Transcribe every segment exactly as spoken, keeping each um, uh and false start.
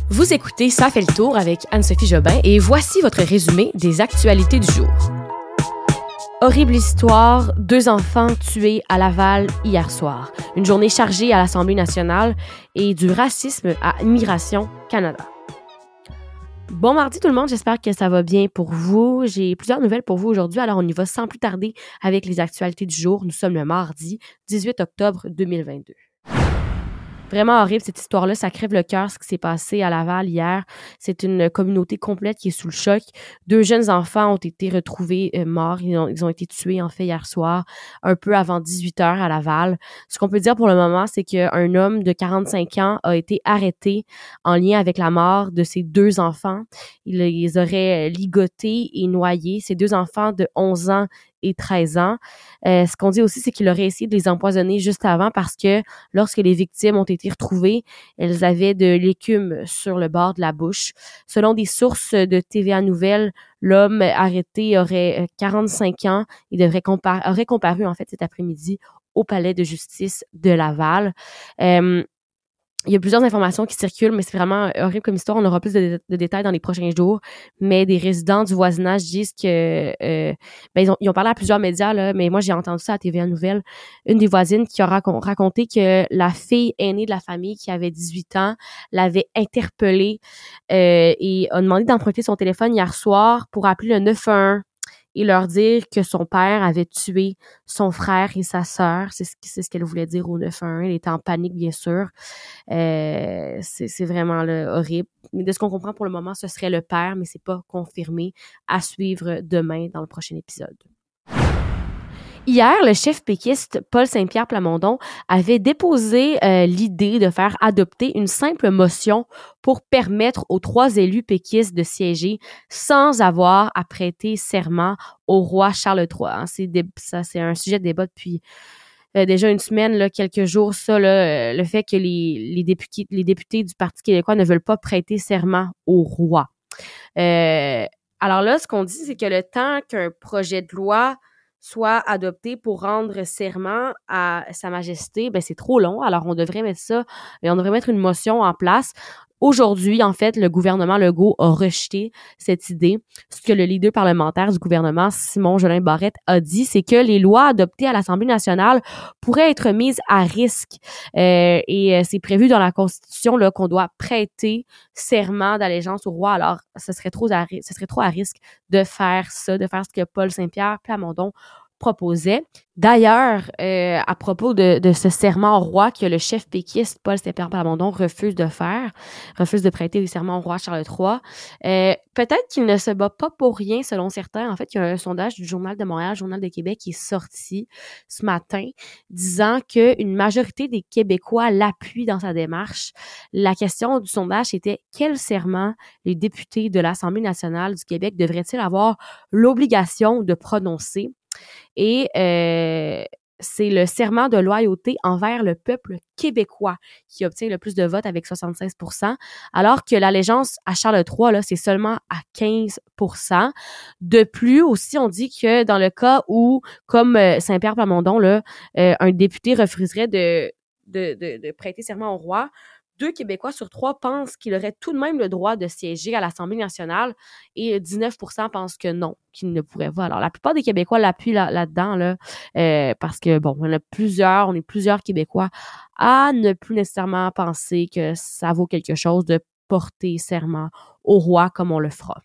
Vous écoutez Ça fait le tour avec Anne-Sophie Jobin et voici votre résumé des actualités du jour. Horrible histoire, deux enfants tués à Laval hier soir. Une journée chargée à l'Assemblée nationale et du racisme à Immigration Canada. Bon mardi tout le monde, j'espère que ça va bien pour vous. J'ai plusieurs nouvelles pour vous aujourd'hui, alors on y va sans plus tarder avec les actualités du jour. Nous sommes le mardi dix-huit octobre deux mille vingt-deux. Vraiment horrible, cette histoire-là, ça crève le cœur, ce qui s'est passé à Laval hier. C'est une communauté complète qui est sous le choc. Deux jeunes enfants ont été retrouvés euh, morts. Ils ont, ils ont été tués, en fait, hier soir, un peu avant dix-huit heures à Laval. Ce qu'on peut dire pour le moment, c'est qu'un homme de quarante-cinq ans a été arrêté en lien avec la mort de ses deux enfants. Il les aurait ligotés et noyés. Ces deux enfants de onze ans et treize ans. Euh, ce qu'on dit aussi, c'est qu'il aurait essayé de les empoisonner juste avant parce que lorsque les victimes ont été retrouvées, elles avaient de l'écume sur le bord de la bouche. Selon des sources de T V A Nouvelles, l'homme arrêté aurait quarante-cinq ans. Il devrait compar- aurait comparu en fait cet après-midi au palais de justice de Laval. Euh, Il y a plusieurs informations qui circulent, mais c'est vraiment horrible comme histoire. On aura plus de, de détails dans les prochains jours. Mais des résidents du voisinage disent que... Euh, ben ils, ont, ils ont parlé à plusieurs médias, là, mais moi, j'ai entendu ça à T V A Nouvelles. Une des voisines qui a racon- raconté que la fille aînée de la famille, qui avait dix-huit ans, l'avait interpellée euh, et a demandé d'emprunter son téléphone hier soir pour appeler le neuf un un et leur dire que son père avait tué son frère et sa sœur. C'est ce, c'est ce qu'elle voulait dire au neuf un un. Elle était en panique, bien sûr. Euh, c'est, c'est vraiment là, horrible. Mais de ce qu'on comprend pour le moment, ce serait le père, mais c'est pas confirmé. À suivre demain dans le prochain épisode. Hier, le chef péquiste Paul Saint-Pierre Plamondon avait déposé euh, l'idée de faire adopter une simple motion pour permettre aux trois élus péquistes de siéger sans avoir à prêter serment au roi Charles trois. Hein, c'est, dé- ça, c'est un sujet de débat depuis euh, déjà une semaine, là, quelques jours. Ça, là, euh, le fait que les, les, députés, les députés du Parti québécois ne veulent pas prêter serment au roi. Euh, alors là, ce qu'on dit, c'est que le temps qu'un projet de loi soit adopté pour rendre serment à Sa Majesté, ben c'est trop long. Alors, on devrait mettre ça, et on devrait mettre une motion en place. Aujourd'hui, en fait, le gouvernement Legault a rejeté cette idée. Ce que le leader parlementaire du gouvernement, Simon Jolin Barrette, a dit, c'est que les lois adoptées à l'Assemblée nationale pourraient être mises à risque. Euh, et c'est prévu dans la Constitution là, qu'on doit prêter serment d'allégeance au roi. Alors, ce serait trop à, ce serait trop à risque de faire ça, de faire ce que Paul Saint-Pierre Plamondon proposait. D'ailleurs, euh, à propos de, de ce serment au roi que le chef péquiste Paul Saint-Pierre Plamondon refuse de faire, refuse de prêter le serment au roi Charles trois, euh, peut-être qu'il ne se bat pas pour rien selon certains. En fait, il y a un sondage du Journal de Montréal, Journal de Québec qui est sorti ce matin disant qu'une majorité des Québécois l'appuient dans sa démarche. La question du sondage était quel serment les députés de l'Assemblée nationale du Québec devraient-ils avoir l'obligation de prononcer? Et euh, c'est le serment de loyauté envers le peuple québécois qui obtient le plus de votes avec soixante-seize pour cent, alors que l'allégeance à Charles trois, là, c'est seulement à quinze pour cent. De plus, aussi, on dit que dans le cas où, comme euh, Saint-Pierre Plamondon, là, euh, un député refuserait de, de, de, de prêter serment au roi, deux Québécois sur trois pensent qu'il aurait tout de même le droit de siéger à l'Assemblée nationale et dix-neuf pour cent pensent que non, qu'il ne pourrait pas. Alors, la plupart des Québécois l'appuient là, là-dedans, là, euh, parce que, bon, on a plusieurs, on est plusieurs Québécois à ne plus nécessairement penser que ça vaut quelque chose de porter serment au roi comme on le fera.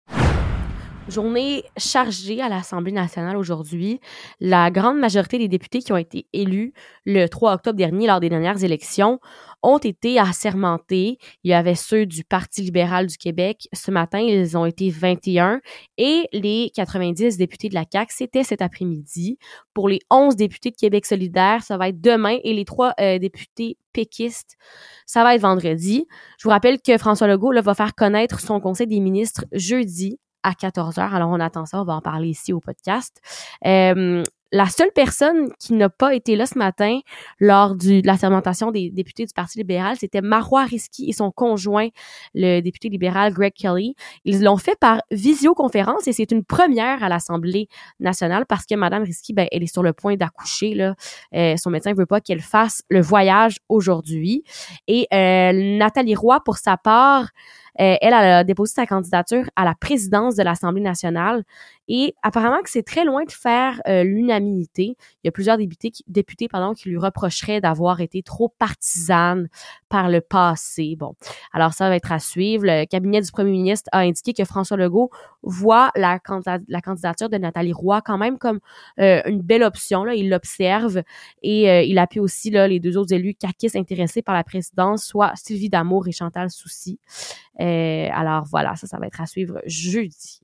Journée chargée à l'Assemblée nationale aujourd'hui. La grande majorité des députés qui ont été élus le trois octobre dernier lors des dernières élections ont été assermentés. Il y avait ceux du Parti libéral du Québec. Ce matin, ils ont été vingt et un. Et les quatre-vingt-dix députés de la C A Q, c'était cet après-midi. Pour les onze députés de Québec solidaire, ça va être demain. Et les trois euh, députés péquistes, ça va être vendredi. Je vous rappelle que François Legault là, va faire connaître son conseil des ministres jeudi à quatorze heures. Alors, on attend ça. On va en parler ici au podcast. Euh, la seule personne qui n'a pas été là ce matin lors du, de la sermentation des députés du Parti libéral, c'était Marois Risky et son conjoint, le député libéral Greg Kelly. Ils l'ont fait par visioconférence et c'est une première à l'Assemblée nationale parce que Madame Risky, ben, elle est sur le point d'accoucher, là. Euh, son médecin veut pas qu'elle fasse le voyage aujourd'hui. Et euh, Nathalie Roy, pour sa part, Euh, elle, elle a déposé sa candidature à la présidence de l'Assemblée nationale et apparemment que c'est très loin de faire euh, l'unanimité. Il y a plusieurs députés, qui, députés pardon, qui lui reprocheraient d'avoir été trop partisane par le passé. Bon, alors ça va être à suivre. Le cabinet du premier ministre a indiqué que François Legault voit la, candid- la candidature de Nathalie Roy quand même comme euh, une belle option. Là. Il l'observe et euh, il appuie aussi là, les deux autres élus caquistes intéressés par la présidence, soit Sylvie Damour et Chantal Soucy. Euh, alors voilà, ça, ça va être à suivre jeudi.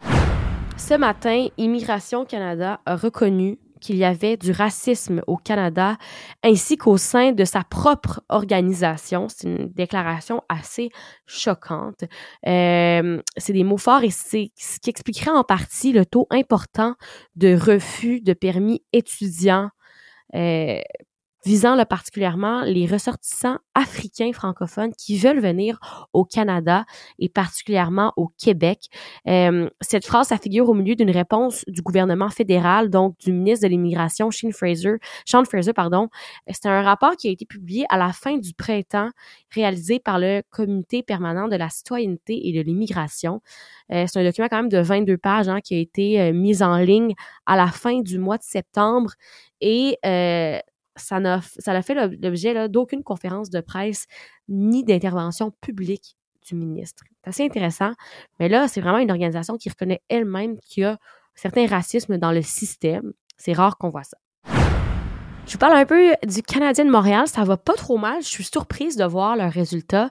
Ce matin, Immigration Canada a reconnu qu'il y avait du racisme au Canada ainsi qu'au sein de sa propre organisation. C'est une déclaration assez choquante. Euh, c'est des mots forts et c'est ce qui expliquerait en partie le taux important de refus de permis étudiants euh, visant là, particulièrement les ressortissants africains francophones qui veulent venir au Canada et particulièrement au Québec. Euh, cette phrase, ça figure au milieu d'une réponse du gouvernement fédéral, donc du ministre de l'Immigration, Sean Fraser. Sean Fraser, pardon. C'est un rapport qui a été publié à la fin du printemps, réalisé par le Comité permanent de la citoyenneté et de l'immigration. Euh, c'est un document quand même de vingt-deux pages hein, qui a été euh, mis en ligne à la fin du mois de septembre et euh, ça n'a, ça n'a fait l'objet là, d'aucune conférence de presse ni d'intervention publique du ministre. C'est assez intéressant, mais là, c'est vraiment une organisation qui reconnaît elle-même qu'il y a certains racismes dans le système. C'est rare qu'on voit ça. Je vous parle un peu du Canadien de Montréal. Ça va pas trop mal. Je suis surprise de voir leurs résultats.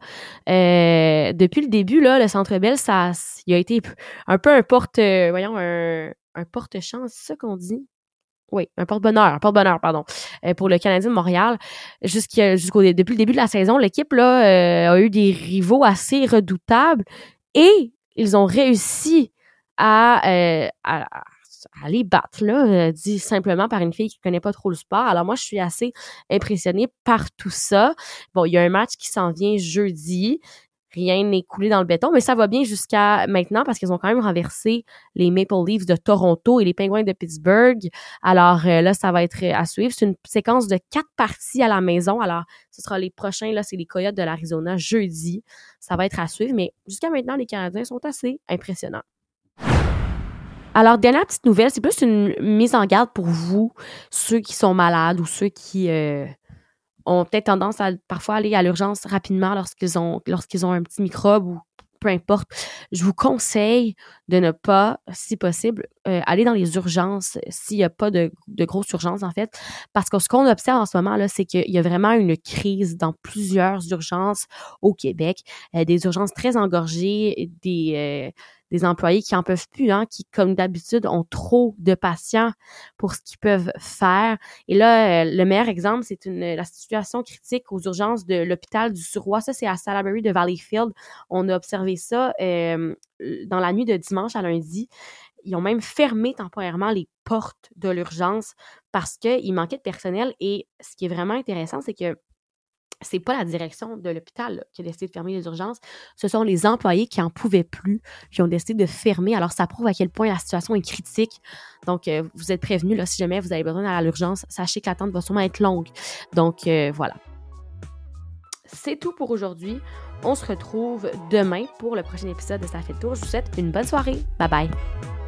Euh, depuis le début, là, le Centre Bell, ça, il a été un peu un porte, euh, voyons, un, un porte-chance, c'est ça qu'on dit? Oui, un porte-bonheur, un porte-bonheur, pardon, euh, pour le Canadien de Montréal. Jusqu'à, jusqu'au, depuis le début de la saison, l'équipe là euh, a eu des rivaux assez redoutables et ils ont réussi à, euh, à, à les battre, là, euh, dit simplement par une fille qui connaît pas trop le sport. Alors moi, je suis assez impressionnée par tout ça. Bon, il y a un match qui s'en vient jeudi. Rien n'est coulé dans le béton, mais ça va bien jusqu'à maintenant parce qu'ils ont quand même renversé les Maple Leafs de Toronto et les Penguins de Pittsburgh. Alors euh, là, ça va être à suivre. C'est une séquence de quatre parties à la maison. Alors, ce sera les prochains, là, c'est les Coyotes de l'Arizona jeudi. Ça va être à suivre, mais jusqu'à maintenant, les Canadiens sont assez impressionnants. Alors, dernière petite nouvelle, c'est plus une mise en garde pour vous, ceux qui sont malades ou ceux qui... Euh, ont peut-être tendance à parfois aller à l'urgence rapidement lorsqu'ils ont lorsqu'ils ont un petit microbe ou peu importe. Je vous conseille de ne pas, si possible, euh, aller dans les urgences s'il n'y a pas de, de grosses urgences, en fait. Parce que ce qu'on observe en ce moment, là, c'est qu'il y a vraiment une crise dans plusieurs urgences au Québec. Euh, des urgences très engorgées, des... Euh, des employés qui en peuvent plus, hein, qui, comme d'habitude, ont trop de patients pour ce qu'ils peuvent faire. Et là, euh, le meilleur exemple, c'est une la situation critique aux urgences de l'hôpital du Suroît. Ça, c'est à Salaberry de Valleyfield. On a observé ça euh, dans la nuit de dimanche à lundi. Ils ont même fermé temporairement les portes de l'urgence parce qu'il manquait de personnel. Et ce qui est vraiment intéressant, c'est que c'est pas la direction de l'hôpital là, qui a décidé de fermer les urgences. Ce sont les employés qui en pouvaient plus, qui ont décidé de fermer. Alors, ça prouve à quel point la situation est critique. Donc, euh, vous êtes prévenus, là, si jamais vous avez besoin d'aller à l'urgence, sachez que l'attente va sûrement être longue. Donc, euh, voilà. C'est tout pour aujourd'hui. On se retrouve demain pour le prochain épisode de Ça fait le tour. Je vous souhaite une bonne soirée. Bye bye.